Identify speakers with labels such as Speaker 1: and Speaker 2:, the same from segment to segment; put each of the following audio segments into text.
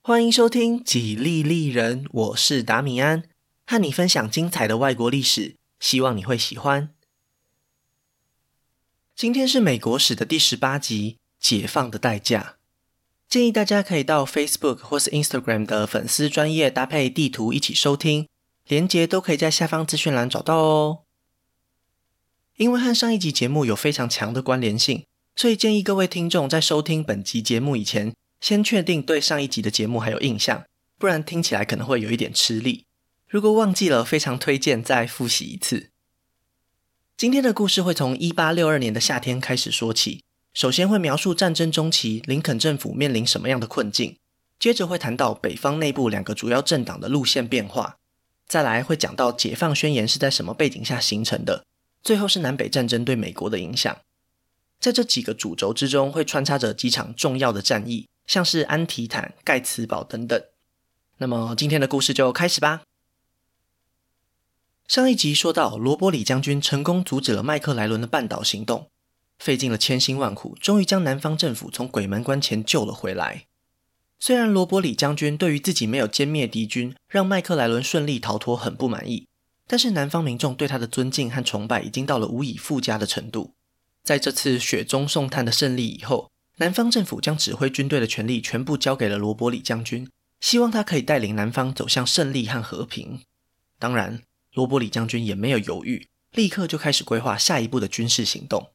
Speaker 1: 欢迎收听几利利人，我是达米安，和你分享精彩的外国历史，希望你会喜欢。今天是美国史的第18集，解放的代价。建议大家可以到 Facebook 或是 Instagram 的粉丝专页搭配地图一起收听，连结都可以在下方资讯栏找到哦。因为和上一集节目有非常强的关联性，所以建议各位听众在收听本集节目以前，先确定对上一集的节目还有印象，不然听起来可能会有一点吃力。如果忘记了，非常推荐再复习一次。今天的故事会从1862年的夏天开始说起，首先会描述战争中期林肯政府面临什么样的困境，接着会谈到北方内部两个主要政党的路线变化，再来会讲到解放宣言是在什么背景下形成的，最后是南北战争对美国的影响。在这几个主轴之中会穿插着几场重要的战役，像是安提坦、盖茨堡等等。那么今天的故事就开始吧。上一集说到罗伯里将军成功阻止了麦克莱伦的半岛行动，费尽了千辛万苦，终于将南方政府从鬼门关前救了回来。虽然罗伯里将军对于自己没有歼灭敌军，让麦克莱伦顺利逃脱很不满意，但是南方民众对他的尊敬和崇拜已经到了无以复加的程度。在这次雪中送炭的胜利以后，南方政府将指挥军队的权力全部交给了罗伯里将军，希望他可以带领南方走向胜利和和平。当然，罗伯里将军也没有犹豫，立刻就开始规划下一步的军事行动。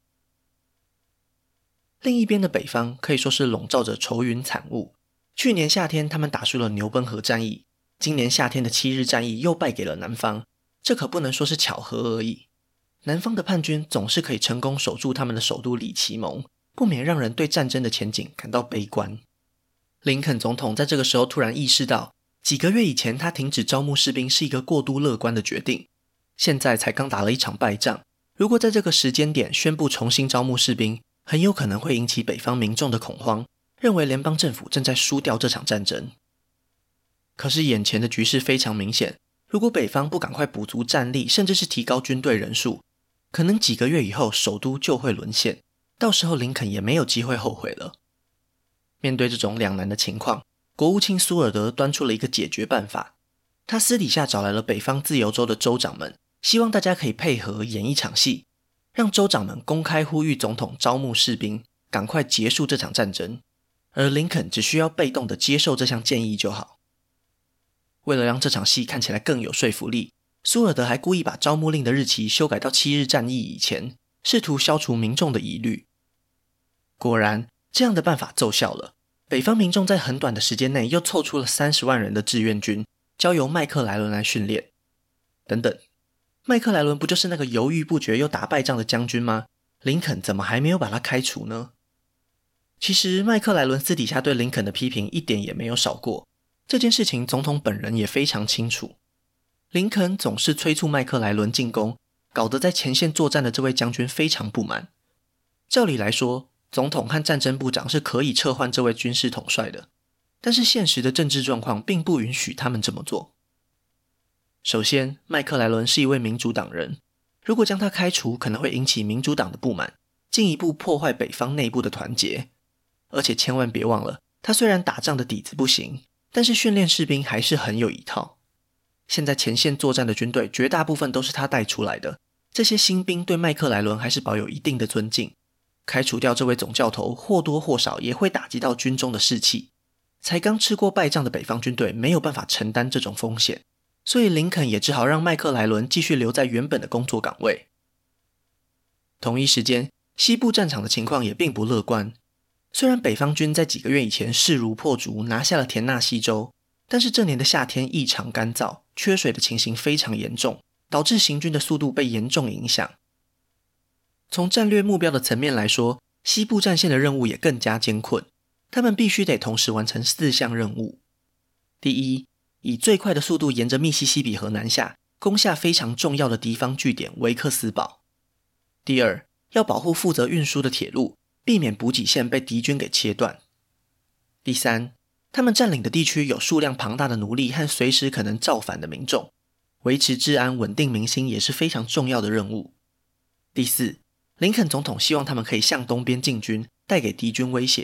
Speaker 1: 另一边的北方可以说是笼罩着愁云惨雾。去年夏天他们打输了牛奔河战役，今年夏天的7日战役又败给了南方，这可不能说是巧合而已。南方的叛军总是可以成功守住他们的首都里奇蒙，不免让人对战争的前景感到悲观。林肯总统在这个时候突然意识到，几个月以前他停止招募士兵是一个过度乐观的决定，现在才刚打了一场败仗，如果在这个时间点宣布重新招募士兵，很有可能会引起北方民众的恐慌，认为联邦政府正在输掉这场战争。可是眼前的局势非常明显，如果北方不赶快补足战力，甚至是提高军队人数，可能几个月以后首都就会沦陷，到时候林肯也没有机会后悔了。面对这种两难的情况，国务卿苏尔德端出了一个解决办法。他私底下找来了北方自由州的州长们，希望大家可以配合演一场戏，让州长们公开呼吁总统招募士兵，赶快结束这场战争，而林肯只需要被动地接受这项建议就好。为了让这场戏看起来更有说服力，苏尔德还故意把招募令的日期修改到7日战役以前，试图消除民众的疑虑。果然，这样的办法奏效了，北方民众在很短的时间内又凑出了30万人的志愿军，交由麦克莱伦来训练。等等，麦克莱伦不就是那个犹豫不决又打败仗的将军吗？林肯怎么还没有把他开除呢？其实麦克莱伦私底下对林肯的批评一点也没有少过，这件事情总统本人也非常清楚。林肯总是催促麦克莱伦进攻，搞得在前线作战的这位将军非常不满。照理来说，总统和战争部长是可以撤换这位军事统帅的，但是现实的政治状况并不允许他们这么做。首先，麦克莱伦是一位民主党人，如果将他开除，可能会引起民主党的不满，进一步破坏北方内部的团结。而且千万别忘了，他虽然打仗的底子不行，但是训练士兵还是很有一套。现在前线作战的军队绝大部分都是他带出来的，这些新兵对麦克莱伦还是保有一定的尊敬。开除掉这位总教头，或多或少也会打击到军中的士气。才刚吃过败仗的北方军队没有办法承担这种风险，所以林肯也只好让麦克莱伦继续留在原本的工作岗位。同一时间，西部战场的情况也并不乐观。虽然北方军在几个月以前势如破竹拿下了田纳西州，但是这年的夏天异常干燥，缺水的情形非常严重，导致行军的速度被严重影响。从战略目标的层面来说，西部战线的任务也更加艰困，他们必须得同时完成4项任务。第一，以最快的速度沿着密西西比河南下，攻下非常重要的敌方据点维克斯堡。第二，要保护负责运输的铁路，避免补给线被敌军给切断。第三，他们占领的地区有数量庞大的奴隶和随时可能造反的民众，维持治安稳定民心也是非常重要的任务。第四，林肯总统希望他们可以向东边进军，带给敌军威胁，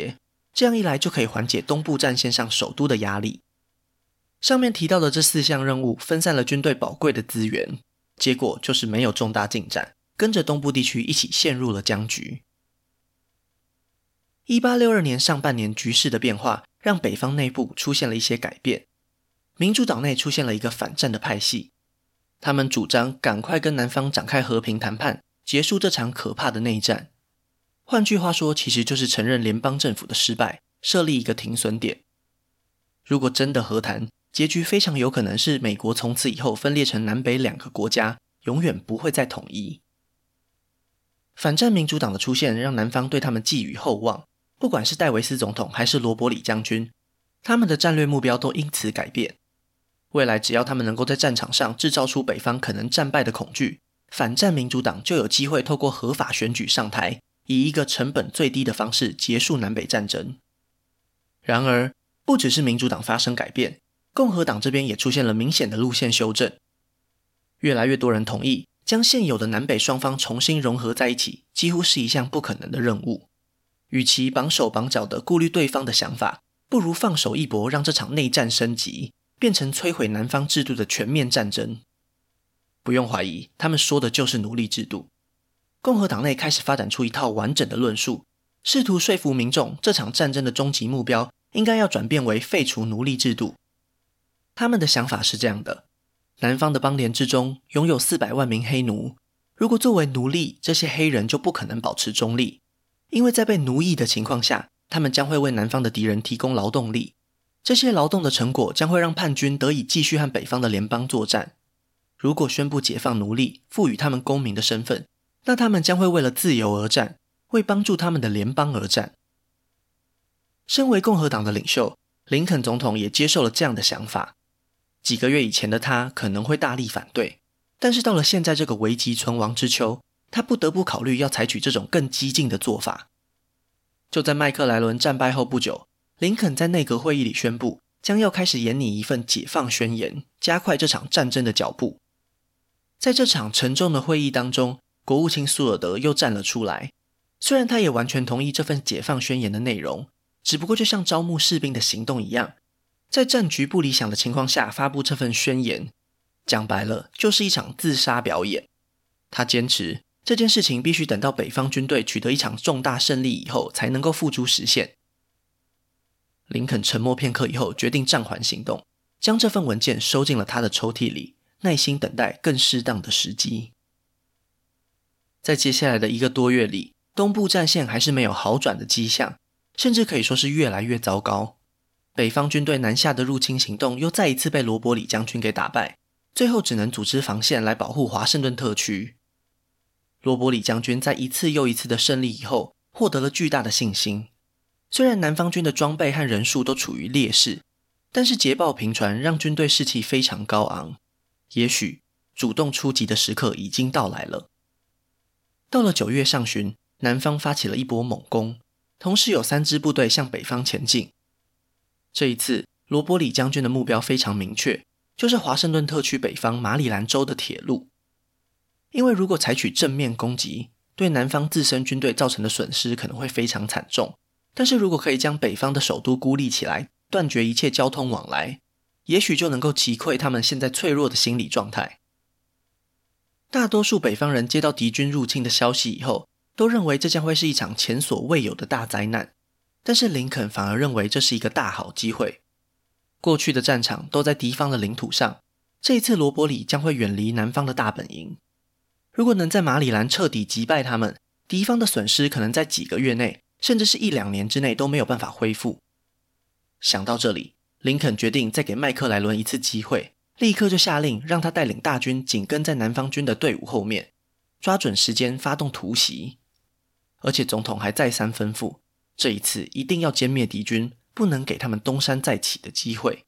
Speaker 1: 这样一来就可以缓解东部战线上首都的压力。上面提到的这4项任务分散了军队宝贵的资源，结果就是没有重大进展，跟着东部地区一起陷入了僵局。1862年上半年局势的变化让北方内部出现了一些改变，民主党内出现了一个反战的派系，他们主张赶快跟南方展开和平谈判，结束这场可怕的内战。换句话说，其实就是承认联邦政府的失败，设立一个停损点。如果真的和谈，结局非常有可能是美国从此以后分裂成南北2个国家，永远不会再统一。反战民主党的出现让南方对他们寄予厚望，不管是戴维斯总统还是罗伯里将军，他们的战略目标都因此改变。未来只要他们能够在战场上制造出北方可能战败的恐惧，反战民主党就有机会透过合法选举上台，以一个成本最低的方式结束南北战争。然而，不只是民主党发生改变，共和党这边也出现了明显的路线修正。越来越多人同意将现有的南北双方重新融合在一起，几乎是一项不可能的任务。与其绑手绑脚的顾虑对方的想法，不如放手一搏，让这场内战升级，变成摧毁南方制度的全面战争。不用怀疑，他们说的就是奴隶制度。共和党内开始发展出一套完整的论述，试图说服民众这场战争的终极目标应该要转变为废除奴隶制度。他们的想法是这样的：南方的邦联之中拥有400万名黑奴，如果作为奴隶，这些黑人就不可能保持中立，因为在被奴役的情况下，他们将会为南方的敌人提供劳动力，这些劳动的成果将会让叛军得以继续和北方的联邦作战。如果宣布解放奴隶，赋予他们公民的身份，那他们将会为了自由而战，为帮助他们的联邦而战。身为共和党的领袖，林肯总统也接受了这样的想法。几个月以前的他可能会大力反对，但是到了现在这个危急存亡之秋，他不得不考虑要采取这种更激进的做法。就在麦克莱伦战败后不久，林肯在内阁会议里宣布，将要开始研拟一份解放宣言，加快这场战争的脚步。在这场沉重的会议当中，国务卿苏尔德又站了出来，虽然他也完全同意这份解放宣言的内容，只不过就像招募士兵的行动一样，在战局不理想的情况下发布这份宣言，讲白了就是一场自杀表演。他坚持这件事情必须等到北方军队取得一场重大胜利以后才能够付诸实现。林肯沉默片刻以后决定暂缓行动，将这份文件收进了他的抽屉里，耐心等待更适当的时机。在接下来的1个多月里，东部战线还是没有好转的迹象，甚至可以说是越来越糟糕。北方军队南下的入侵行动又再一次被罗伯里将军给打败，最后只能组织防线来保护华盛顿特区。罗伯里将军在一次又一次的胜利以后，获得了巨大的信心。虽然南方军的装备和人数都处于劣势，但是捷报频传让军队士气非常高昂。也许主动出击的时刻已经到来了。到了9月上旬，南方发起了一波猛攻，同时有3支部队向北方前进。这一次，罗伯里将军的目标非常明确，就是华盛顿特区北方马里兰州的铁路。因为如果采取正面攻击，对南方自身军队造成的损失可能会非常惨重，但是如果可以将北方的首都孤立起来，断绝一切交通往来，也许就能够击溃他们现在脆弱的心理状态。大多数北方人接到敌军入侵的消息以后，都认为这将会是一场前所未有的大灾难，但是林肯反而认为这是一个大好机会。过去的战场都在敌方的领土上，这一次罗伯里将会远离南方的大本营。如果能在马里兰彻底击败他们，敌方的损失可能在几个月内，甚至是1-2年之内都没有办法恢复。想到这里，林肯决定再给麦克莱伦一次机会，立刻就下令让他带领大军紧跟在南方军的队伍后面，抓准时间发动突袭。而且总统还再三吩咐，这一次一定要歼灭敌军，不能给他们东山再起的机会。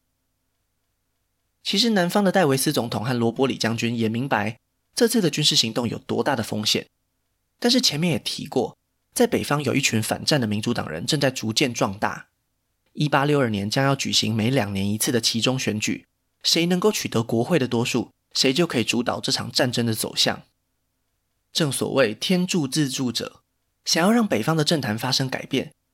Speaker 1: 其实南方的戴维斯总统和罗伯里将军也明白这次的军事行动有多大的风险，但是前面也提过，在北方有一群反战的民主党人正在逐渐壮大。1862年将要举行每2年一次的期中选举，谁能够取得国会的多数，谁就可以主导这场战争的走向。正所谓天助自助者，想要让北方的政坛发生改变，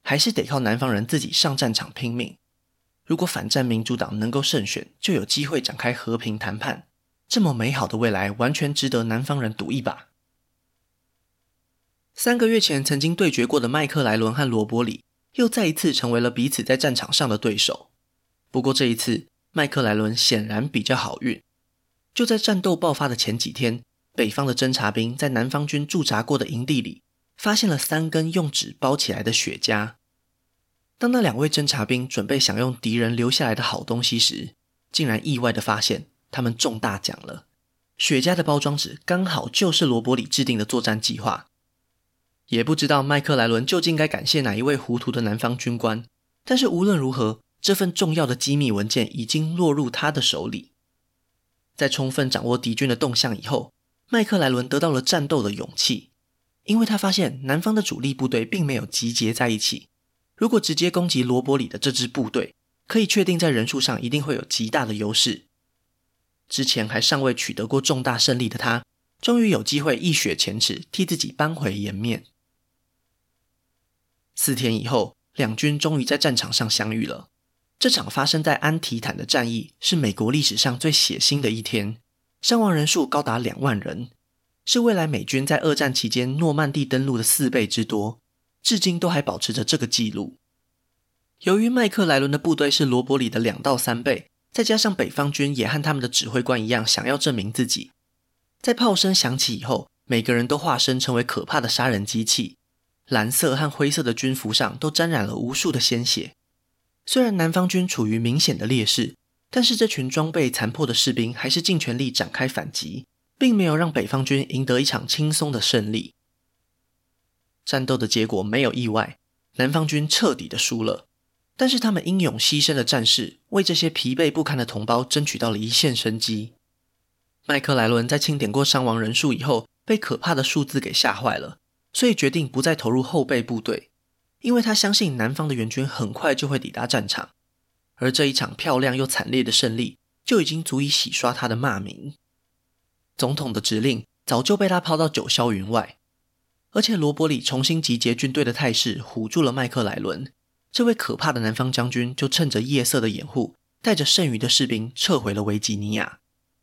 Speaker 1: 还是得靠南方人自己上战场拼命。如果反战民主党能够胜选，就有机会展开和平谈判。这么美好的未来，完全值得南方人赌一把。3个月前曾经对决过的麦克莱伦和罗伯里，又再一次成为了彼此在战场上的对手。不过这一次，麦克莱伦显然比较好运。就在战斗爆发的前几天，北方的侦察兵在南方军驻扎过的营地里，发现了3根用纸包起来的雪茄。当那2位侦察兵准备享用敌人留下来的好东西时，竟然意外地发现他们中大奖了。雪茄的包装纸刚好就是罗伯里制定的作战计划。也不知道麦克莱伦究竟该感谢哪一位糊涂的南方军官，但是无论如何，这份重要的机密文件已经落入他的手里。在充分掌握敌军的动向以后，麦克莱伦得到了战斗的勇气，因为他发现南方的主力部队并没有集结在一起。如果直接攻击罗伯里的这支部队，可以确定在人数上一定会有极大的优势。之前还尚未取得过重大胜利的他，终于有机会一雪前耻，替自己扳回颜面。4天以后，两军终于在战场上相遇了。这场发生在安提坦的战役是美国历史上最血腥的一天，伤亡人数高达2万人，是未来美军在二战期间诺曼底登陆的4倍之多，至今都还保持着这个记录。由于麦克莱伦的部队是罗伯里的2到3倍，再加上北方军也和他们的指挥官一样想要证明自己，在炮声响起以后，每个人都化身成为可怕的杀人机器，蓝色和灰色的军服上都沾染了无数的鲜血。虽然南方军处于明显的劣势，但是这群装备残破的士兵还是尽全力展开反击，并没有让北方军赢得一场轻松的胜利。战斗的结果没有意外，南方军彻底的输了，但是他们英勇牺牲的战士为这些疲惫不堪的同胞争取到了一线生机。麦克莱伦在清点过伤亡人数以后，被可怕的数字给吓坏了，所以决定不再投入后备部队，因为他相信南方的援军很快就会抵达战场，而这一场漂亮又惨烈的胜利就已经足以洗刷他的骂名。总统的指令早就被他抛到九霄云外，而且罗伯里重新集结军队的态势唬住了麦克莱伦，这位可怕的南方将军就趁着夜色的掩护，带着剩余的士兵撤回了维吉尼亚。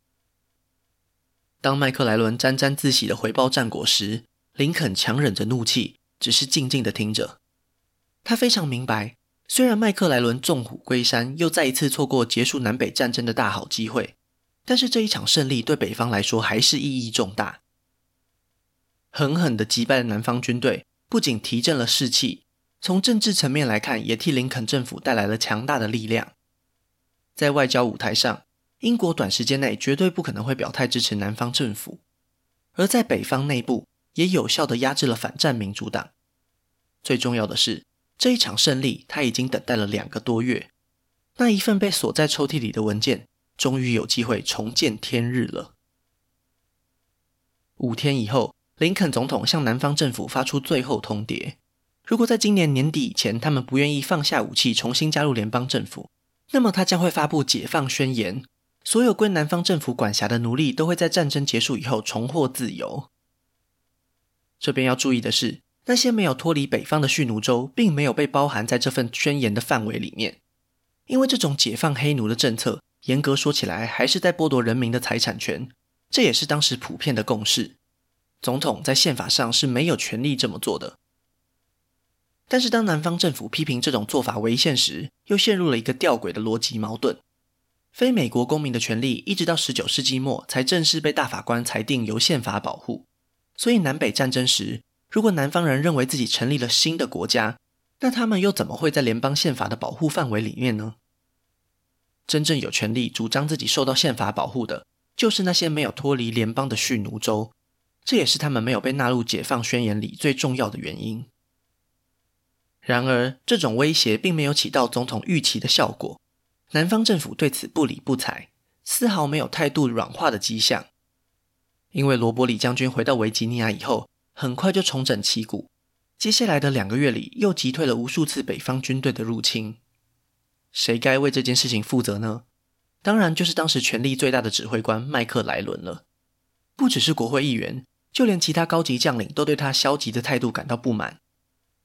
Speaker 1: 当麦克莱伦沾沾自喜地回报战果时，林肯强忍着怒气，只是静静地听着。他非常明白，虽然麦克莱伦纵虎归山，又再一次错过结束南北战争的大好机会，但是这一场胜利对北方来说还是意义重大。狠狠地击败了南方军队，不仅提振了士气，从政治层面来看，也替林肯政府带来了强大的力量。在外交舞台上，英国短时间内绝对不可能会表态支持南方政府，而在北方内部也有效地压制了反战民主党。最重要的是，这一场胜利他已经等待了2个多月，那一份被锁在抽屉里的文件终于有机会重见天日了。5天以后，林肯总统向南方政府发出最后通牒，如果在今年年底以前他们不愿意放下武器重新加入联邦政府，那么他将会发布解放宣言，所有归南方政府管辖的奴隶都会在战争结束以后重获自由。这边要注意的是，那些没有脱离北方的蓄奴州并没有被包含在这份宣言的范围里面，因为这种解放黑奴的政策严格说起来还是在剥夺人民的财产权，这也是当时普遍的共识。总统在宪法上是没有权利这么做的。但是当南方政府批评这种做法违宪时，又陷入了一个吊诡的逻辑矛盾。非美国公民的权利一直到19世纪末才正式被大法官裁定由宪法保护，所以南北战争时，如果南方人认为自己成立了新的国家，那他们又怎么会在联邦宪法的保护范围里面呢？真正有权利主张自己受到宪法保护的，就是那些没有脱离联邦的蓄奴州，这也是他们没有被纳入解放宣言里最重要的原因。然而，这种威胁并没有起到总统预期的效果，南方政府对此不理不睬，丝毫没有态度软化的迹象。因为罗伯里将军回到维吉尼亚以后，很快就重整旗鼓，接下来的2个月里又击退了无数次北方军队的入侵。谁该为这件事情负责呢？当然就是当时权力最大的指挥官麦克莱伦了。不只是国会议员，就连其他高级将领都对他消极的态度感到不满。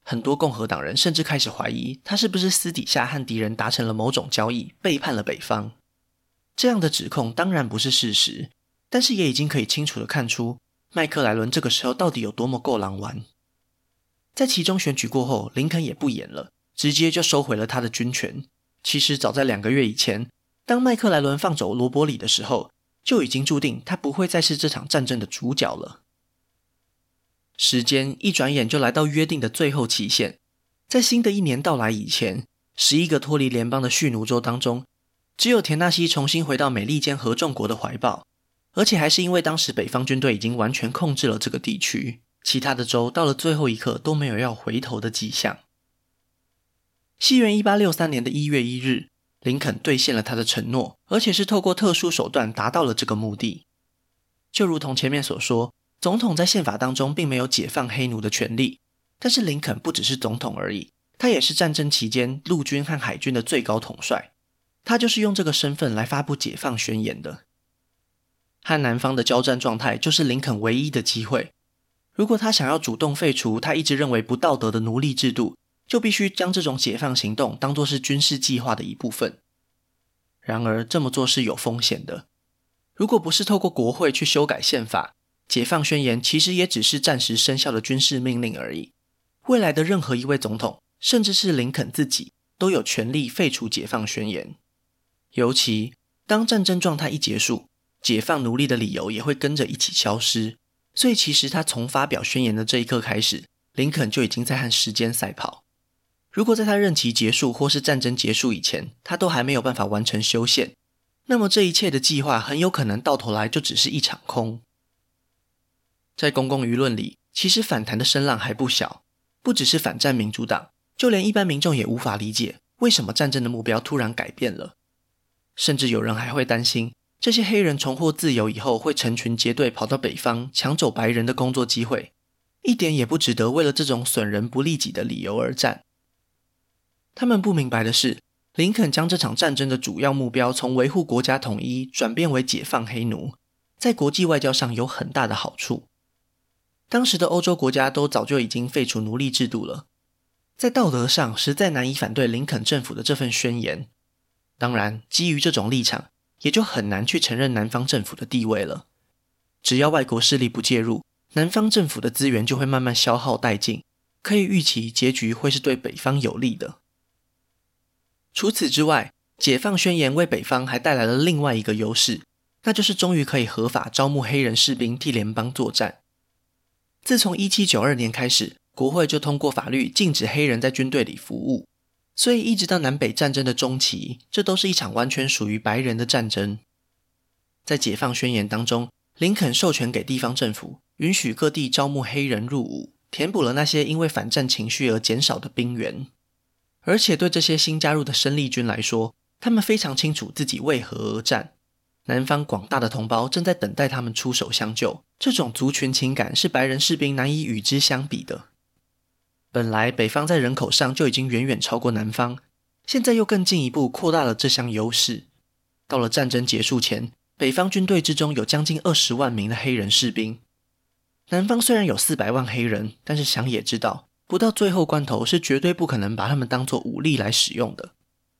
Speaker 1: 很多共和党人甚至开始怀疑他是不是私底下和敌人达成了某种交易，背叛了北方。这样的指控当然不是事实，但是也已经可以清楚地看出麦克莱伦这个时候到底有多么够狼玩。在期中选举过后，林肯也不演了，直接就收回了他的军权。其实早在2个月以前，当麦克莱伦放走罗伯里的时候，就已经注定他不会再是这场战争的主角了。时间一转眼就来到约定的最后期限，在新的一年到来以前，11个脱离联邦的蓄奴州当中，只有田纳西重新回到美利坚合众国的怀抱，而且还是因为当时北方军队已经完全控制了这个地区，其他的州到了最后一刻都没有要回头的迹象。西元1863年的1月1日，林肯兑现了他的承诺，而且是透过特殊手段达到了这个目的。就如同前面所说，总统在宪法当中并没有解放黑奴的权利，但是林肯不只是总统而已，他也是战争期间陆军和海军的最高统帅，他就是用这个身份来发布解放宣言的。和南方的交战状态就是林肯唯一的机会，如果他想要主动废除他一直认为不道德的奴隶制度，就必须将这种解放行动当作是军事计划的一部分。然而这么做是有风险的，如果不是透过国会去修改宪法，解放宣言其实也只是暂时生效的军事命令而已。未来的任何一位总统，甚至是林肯自己，都有权利废除解放宣言。尤其当战争状态一结束，解放奴隶的理由也会跟着一起消失。所以其实他从发表宣言的这一刻开始，林肯就已经在和时间赛跑。如果在他任期结束或是战争结束以前，他都还没有办法完成修宪，那么这一切的计划很有可能到头来就只是一场空。在公共舆论里，其实反弹的声浪还不小，不只是反战民主党，就连一般民众也无法理解为什么战争的目标突然改变了。甚至有人还会担心，这些黑人重获自由以后会成群结队跑到北方抢走白人的工作机会，一点也不值得为了这种损人不利己的理由而战。他们不明白的是，林肯将这场战争的主要目标从维护国家统一转变为解放黑奴，在国际外交上有很大的好处。当时的欧洲国家都早就已经废除奴隶制度了，在道德上实在难以反对林肯政府的这份宣言。当然，基于这种立场，也就很难去承认南方政府的地位了。只要外国势力不介入，南方政府的资源就会慢慢消耗殆尽，可以预期结局会是对北方有利的。除此之外，解放宣言为北方还带来了另外一个优势，那就是终于可以合法招募黑人士兵替联邦作战。自从1792年开始，国会就通过法律禁止黑人在军队里服务，所以一直到南北战争的中期，这都是一场完全属于白人的战争。在解放宣言当中，林肯授权给地方政府，允许各地招募黑人入伍，填补了那些因为反战情绪而减少的兵源。而且对这些新加入的生力军来说，他们非常清楚自己为何而战，南方广大的同胞正在等待他们出手相救，这种族群情感是白人士兵难以与之相比的。本来北方在人口上就已经远远超过南方，现在又更进一步扩大了这项优势。到了战争结束前，北方军队之中有将近20万名的黑人士兵。南方虽然有400万黑人，但是想也知道，不到最后关头是绝对不可能把他们当作武力来使用的。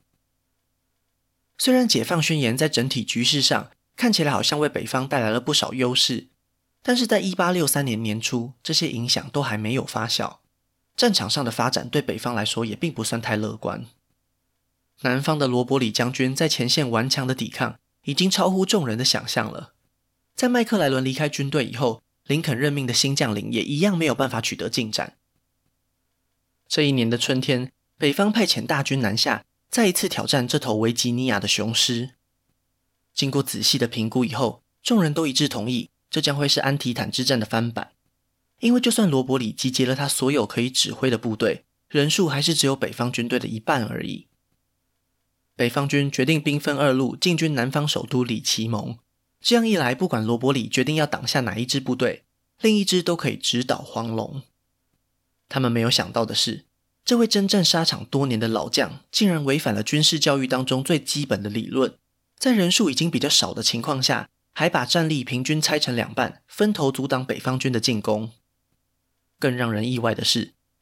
Speaker 1: 虽然解放宣言在整体局势上看起来好像为北方带来了不少优势，但是在1863年年初，这些影响都还没有发酵，战场上的发展对北方来说也并不算太乐观。南方的罗伯里将军在前线顽强的抵抗，已经超乎众人的想象了。在麦克莱伦离开军队以后，林肯任命的新将领也一样没有办法取得进展。这一年的春天，北方派遣大军南下，再一次挑战这头维吉尼亚的雄狮。经过仔细的评估以后，众人都一致同意，这将会是安提坦之战的翻版。因为就算罗伯里集结了他所有可以指挥的部队，人数还是只有北方军队的一半而已。北方军决定兵分2路进军南方首都里奇蒙，这样一来，不管罗伯里决定要挡下哪一支部队，另一支都可以直捣黄龙。他们没有想到的是，这位征战沙场多年的老将竟然违反了军事教育当中最基本的理论，在人数已经比较少的情况下，还把战力平均拆成2半，分头阻挡北方军的进攻。更让人意外的是，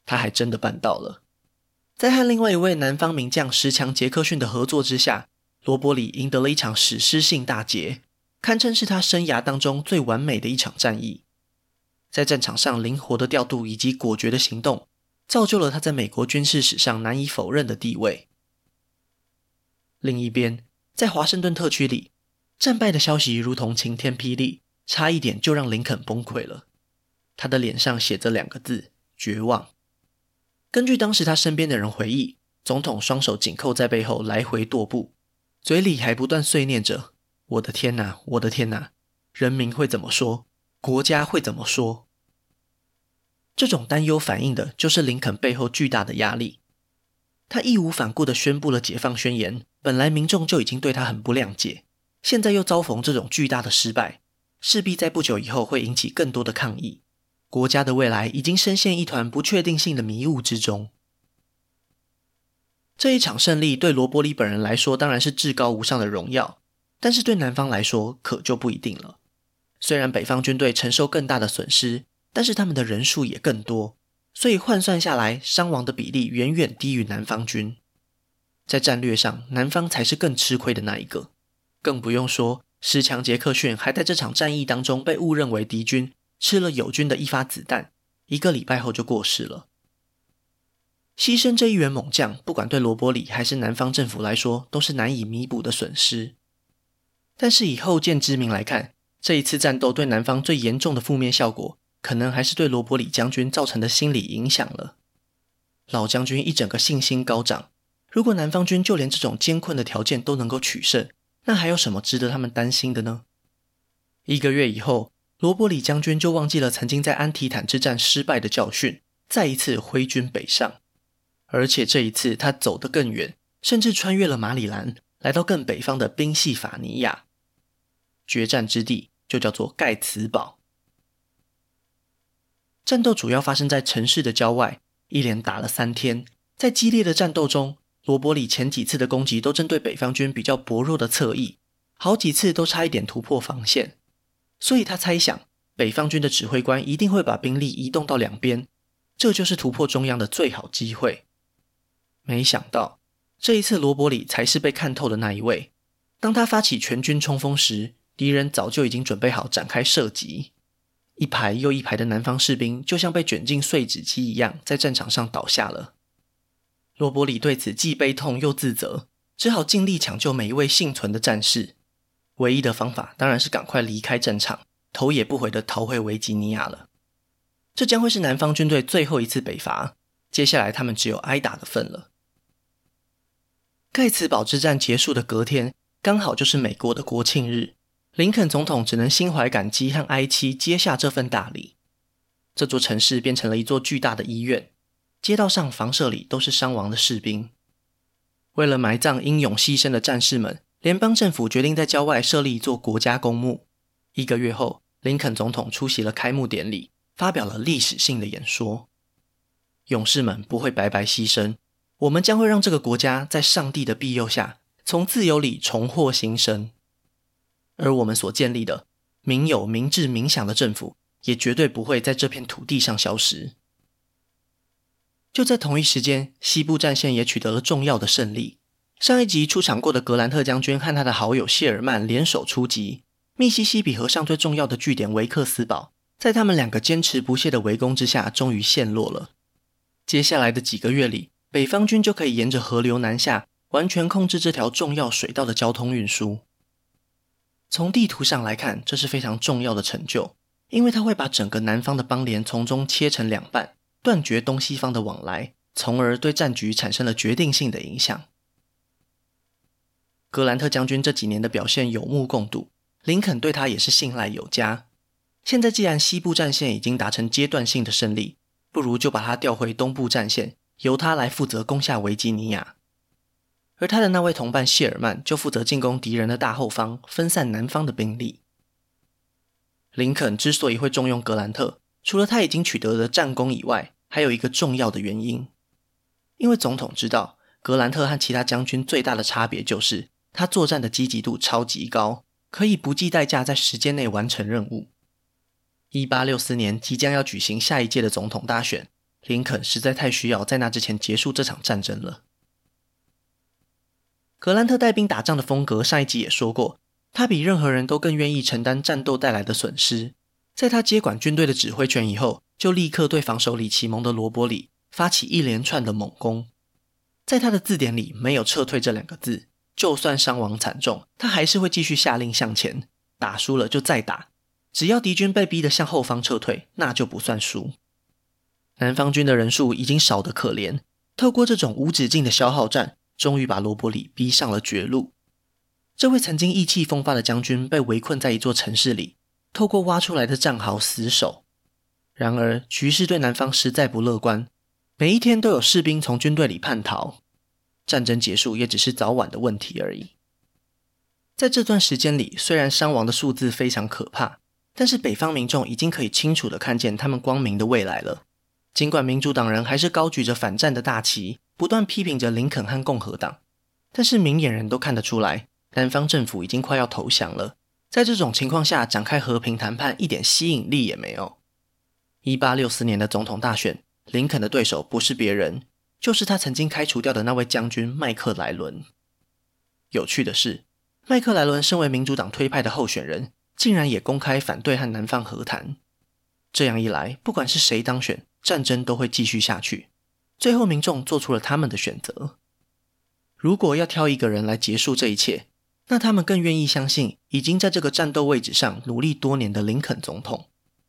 Speaker 1: 他还真的办到了。在和另外一位南方名将石强杰克逊的合作之下，罗伯里赢得了一场史诗性大捷，堪称是他生涯当中最完美的一场战役。在战场上灵活的调度以及果决的行动，造就了他在美国军事史上难以否认的地位。另一边，在华盛顿特区里，战败的消息如同晴天霹雳，差一点就让林肯崩溃了。他的脸上写着2个字：绝望。根据当时他身边的人回忆，总统双手紧扣在背后来回踱步，嘴里还不断碎念着：我的天哪，我的天哪，人民会怎么说？国家会怎么说？这种担忧反映的就是林肯背后巨大的压力。他义无反顾地宣布了解放宣言，本来民众就已经对他很不谅解，现在又遭逢这种巨大的失败，势必在不久以后会引起更多的抗议。国家的未来已经深陷一团不确定性的迷雾之中。这一场胜利对罗伯里本人来说当然是至高无上的荣耀，但是对南方来说可就不一定了。虽然北方军队承受更大的损失，但是他们的人数也更多，所以换算下来，伤亡的比例远远低于南方军。在战略上，南方才是更吃亏的那一个。更不用说，石强杰克逊还在这场战役当中被误认为敌军，吃了友军的一发子弹，1个礼拜后就过世了。牺牲这一员猛将，不管对罗伯里还是南方政府来说，都是难以弥补的损失。但是以后见之明来看，这一次战斗对南方最严重的负面效果，可能还是对罗伯里将军造成的心理影响了。老将军一整个信心高涨，如果南方军就连这种艰困的条件都能够取胜，那还有什么值得他们担心的呢？1个月以后，罗伯里将军就忘记了曾经在安提坦之战失败的教训，再一次挥军北上。而且这一次他走得更远，甚至穿越了马里兰，来到更北方的宾夕法尼亚。决战之地就叫做盖茨堡。战斗主要发生在城市的郊外，一连打了3天。在激烈的战斗中，罗伯里前几次的攻击都针对北方军比较薄弱的侧翼，好几次都差一点突破防线。所以他猜想，北方军的指挥官一定会把兵力移动到两边，这就是突破中央的最好机会。没想到，这一次罗伯里才是被看透的那一位。当他发起全军冲锋时，敌人早就已经准备好展开射击。一排又一排的南方士兵就像被卷进碎纸机一样，在战场上倒下了。罗伯里对此既悲痛又自责，只好尽力抢救每一位幸存的战士。唯一的方法当然是赶快离开战场，头也不回地逃回维吉尼亚了。这将会是南方军队最后一次北伐，接下来他们只有挨打的份了。盖茨堡之战结束的隔天，刚好就是美国的国庆日，林肯总统只能心怀感激和哀戚接下这份大礼。这座城市变成了一座巨大的医院，街道上房舍里都是伤亡的士兵。为了埋葬英勇牺牲的战士们，联邦政府决定在郊外设立一座国家公墓。1个月后，林肯总统出席了开幕典礼，发表了历史性的演说。勇士们不会白白牺牲，我们将会让这个国家在上帝的庇佑下，从自由里重获新生。而我们所建立的民有、民治、民享的政府，也绝对不会在这片土地上消失。就在同一时间，西部战线也取得了重要的胜利。上一集出场过的格兰特将军和他的好友谢尔曼联手出击，密西西比河上最重要的据点维克斯堡，在他们2个坚持不懈的围攻之下，终于陷落了。接下来的几个月里，北方军就可以沿着河流南下，完全控制这条重要水道的交通运输。从地图上来看，这是非常重要的成就，因为它会把整个南方的邦联从中切成2半，断绝东西方的往来，从而对战局产生了决定性的影响。格兰特将军这几年的表现有目共睹，林肯对他也是信赖有加。现在既然西部战线已经达成阶段性的胜利，不如就把他调回东部战线，由他来负责攻下维吉尼亚。而他的那位同伴谢尔曼就负责进攻敌人的大后方，分散南方的兵力。林肯之所以会重用格兰特，除了他已经取得的战功以外，还有一个重要的原因。因为总统知道，格兰特和其他将军最大的差别就是他作战的积极度超级高，可以不计代价在时间内完成任务。1864年即将要举行下一届的总统大选， 林肯实在太需要在那之前结束这场战争了。格兰特带兵打仗的风格，上一集也说过，他比任何人都更愿意承担战斗带来的损失。在他接管军队的指挥权以后，就立刻对防守里启蒙的罗伯里发起一连串的猛攻。在他的字典里没有撤退这2个字，就算伤亡惨重，他还是会继续下令向前，打输了就再打，只要敌军被逼得向后方撤退，那就不算输。南方军的人数已经少得可怜，透过这种无止境的消耗战，终于把罗伯里逼上了绝路。这位曾经意气风发的将军被围困在一座城市里，透过挖出来的战壕死守。然而局势对南方实在不乐观，每一天都有士兵从军队里叛逃，战争结束也只是早晚的问题而已。在这段时间里，虽然伤亡的数字非常可怕，但是北方民众已经可以清楚地看见他们光明的未来了。尽管民主党人还是高举着反战的大旗，不断批评着林肯和共和党，但是明眼人都看得出来，南方政府已经快要投降了。在这种情况下展开和平谈判一点吸引力也没有。1864年的总统大选，林肯的对手不是别人，就是他曾经开除掉的那位将军麦克莱伦。有趣的是，麦克莱伦身为民主党推派的候选人，竟然也公开反对和南方和谈。这样一来，不管是谁当选，战争都会继续下去。最后民众做出了他们的选择。如果要挑一个人来结束这一切，那他们更愿意相信已经在这个战斗位置上努力多年的林肯总统。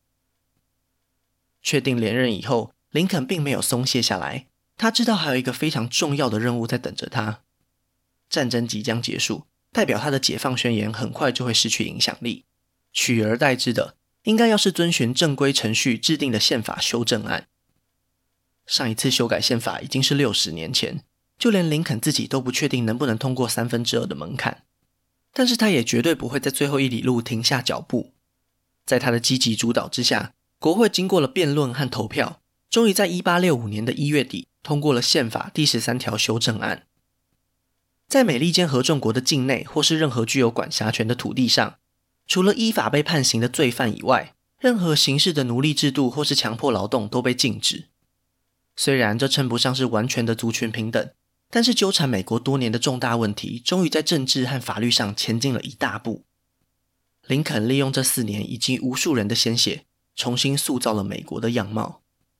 Speaker 1: 确定连任以后，林肯并没有松懈下来，他知道还有一个非常重要的任务在等着他。战争即将结束，代表他的解放宣言很快就会失去影响力，取而代之的应该要是遵循正规程序制定的宪法修正案。上一次修改宪法已经是60年前，就连林肯自己都不确定能不能通过2/3的门槛，但是他也绝对不会在最后一里路停下脚步。在他的积极主导之下，国会经过了辩论和投票，终于在1865年的1月底通过了宪法第13条修正案。在美利坚合众国的境内或是任何具有管辖权的土地上，除了依法被判刑的罪犯以外，任何形式的奴隶制度或是强迫劳动都被禁止。虽然这称不上是完全的族群平等，但是纠缠美国多年的重大问题终于在政治和法律上前进了一大步。林肯利用这4年以及无数人的鲜血，重新塑造了美国的样貌。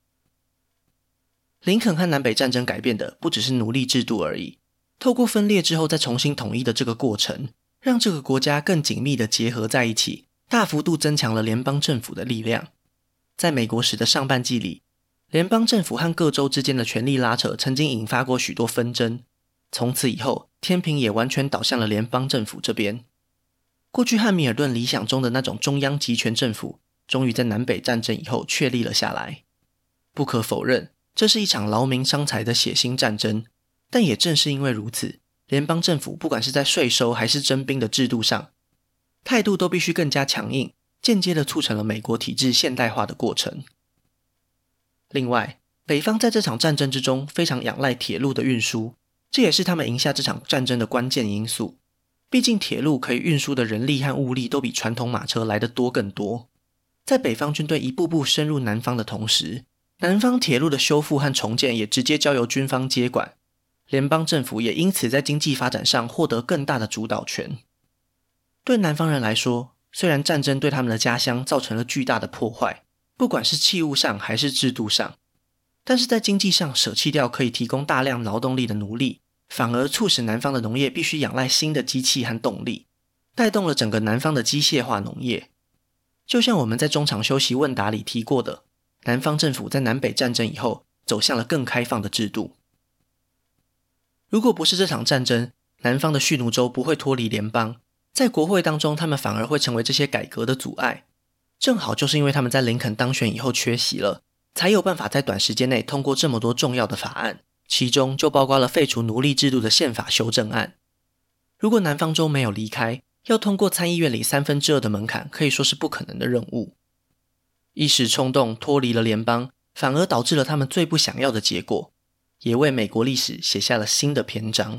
Speaker 1: 林肯和南北战争改变的不只是奴隶制度而已，透过分裂之后再重新统一的这个过程，让这个国家更紧密地结合在一起，大幅度增强了联邦政府的力量。在美国史的上半季里，联邦政府和各州之间的权力拉扯曾经引发过许多纷争，从此以后天平也完全倒向了联邦政府这边。过去汉密尔顿理想中的那种中央集权政府，终于在南北战争以后确立了下来。不可否认，这是一场劳民伤财的血腥战争，但也正是因为如此，联邦政府不管是在税收还是征兵的制度上，态度都必须更加强硬，间接地促成了美国体制现代化的过程。另外，北方在这场战争之中非常仰赖铁路的运输，这也是他们赢下这场战争的关键因素。毕竟铁路可以运输的人力和物力都比传统马车来得多更多。在北方军队一步步深入南方的同时，南方铁路的修复和重建也直接交由军方接管，联邦政府也因此在经济发展上获得更大的主导权。对南方人来说，虽然战争对他们的家乡造成了巨大的破坏，不管是器物上还是制度上，但是在经济上舍弃掉可以提供大量劳动力的奴隶，反而促使南方的农业必须仰赖新的机器和动力，带动了整个南方的机械化农业。就像我们在中场休息问答里提过的，南方政府在南北战争以后走向了更开放的制度。如果不是这场战争，南方的蓄奴州不会脱离联邦，在国会当中他们反而会成为这些改革的阻碍。正好就是因为他们在林肯当选以后缺席了，才有办法在短时间内通过这么多重要的法案，其中就包括了废除奴隶制度的宪法修正案。如果南方州没有离开，要通过参议院里2/3的门槛可以说是不可能的任务。一时冲动脱离了联邦，反而导致了他们最不想要的结果，也为美国历史写下了新的篇章。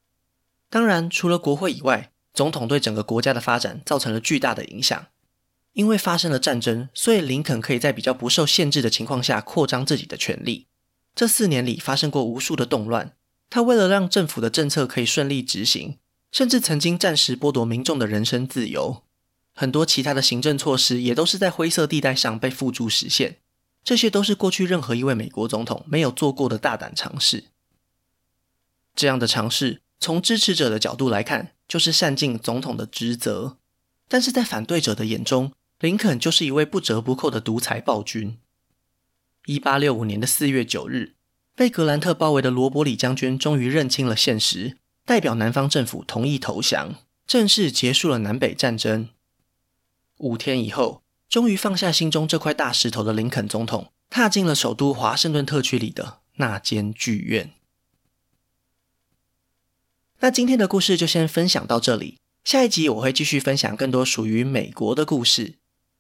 Speaker 1: 当然，除了国会以外，总统对整个国家的发展造成了巨大的影响。 因为发生了战争，所以林肯可以在比较不受限制的情况下扩张自己的权力。这4年里发生过无数的动乱，他为了让政府的政策可以顺利执行，甚至曾经暂时剥夺民众的人身自由。很多其他的行政措施也都是在灰色地带上被付诸实现，这些都是过去任何一位美国总统没有做过的大胆尝试。这样的尝试，从支持者的角度来看，就是善尽总统的职责，但是在反对者的眼中，林肯就是一位不折不扣的独裁暴君。1865年的4月9日，被格兰特包围的罗伯里将军终于认清了现实，代表南方政府同意投降，正式结束了南北战争。5天以后，终于放下心中这块大石头的林肯总统，踏进了首都华盛顿特区里的那间剧院。那今天的故事就先分享到这里，下一集我会继续分享更多属于美国的故事。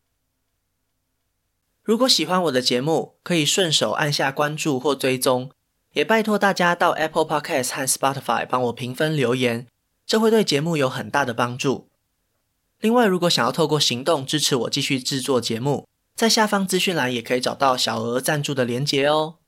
Speaker 1: 如果喜欢我的节目，可以顺手按下关注或追踪，也拜托大家到 Apple Podcast 和 Spotify 帮我评分留言，这会对节目有很大的帮助。另外，如果想要透过行动支持我继续制作节目，在下方资讯栏也可以找到小额赞助的连结哦。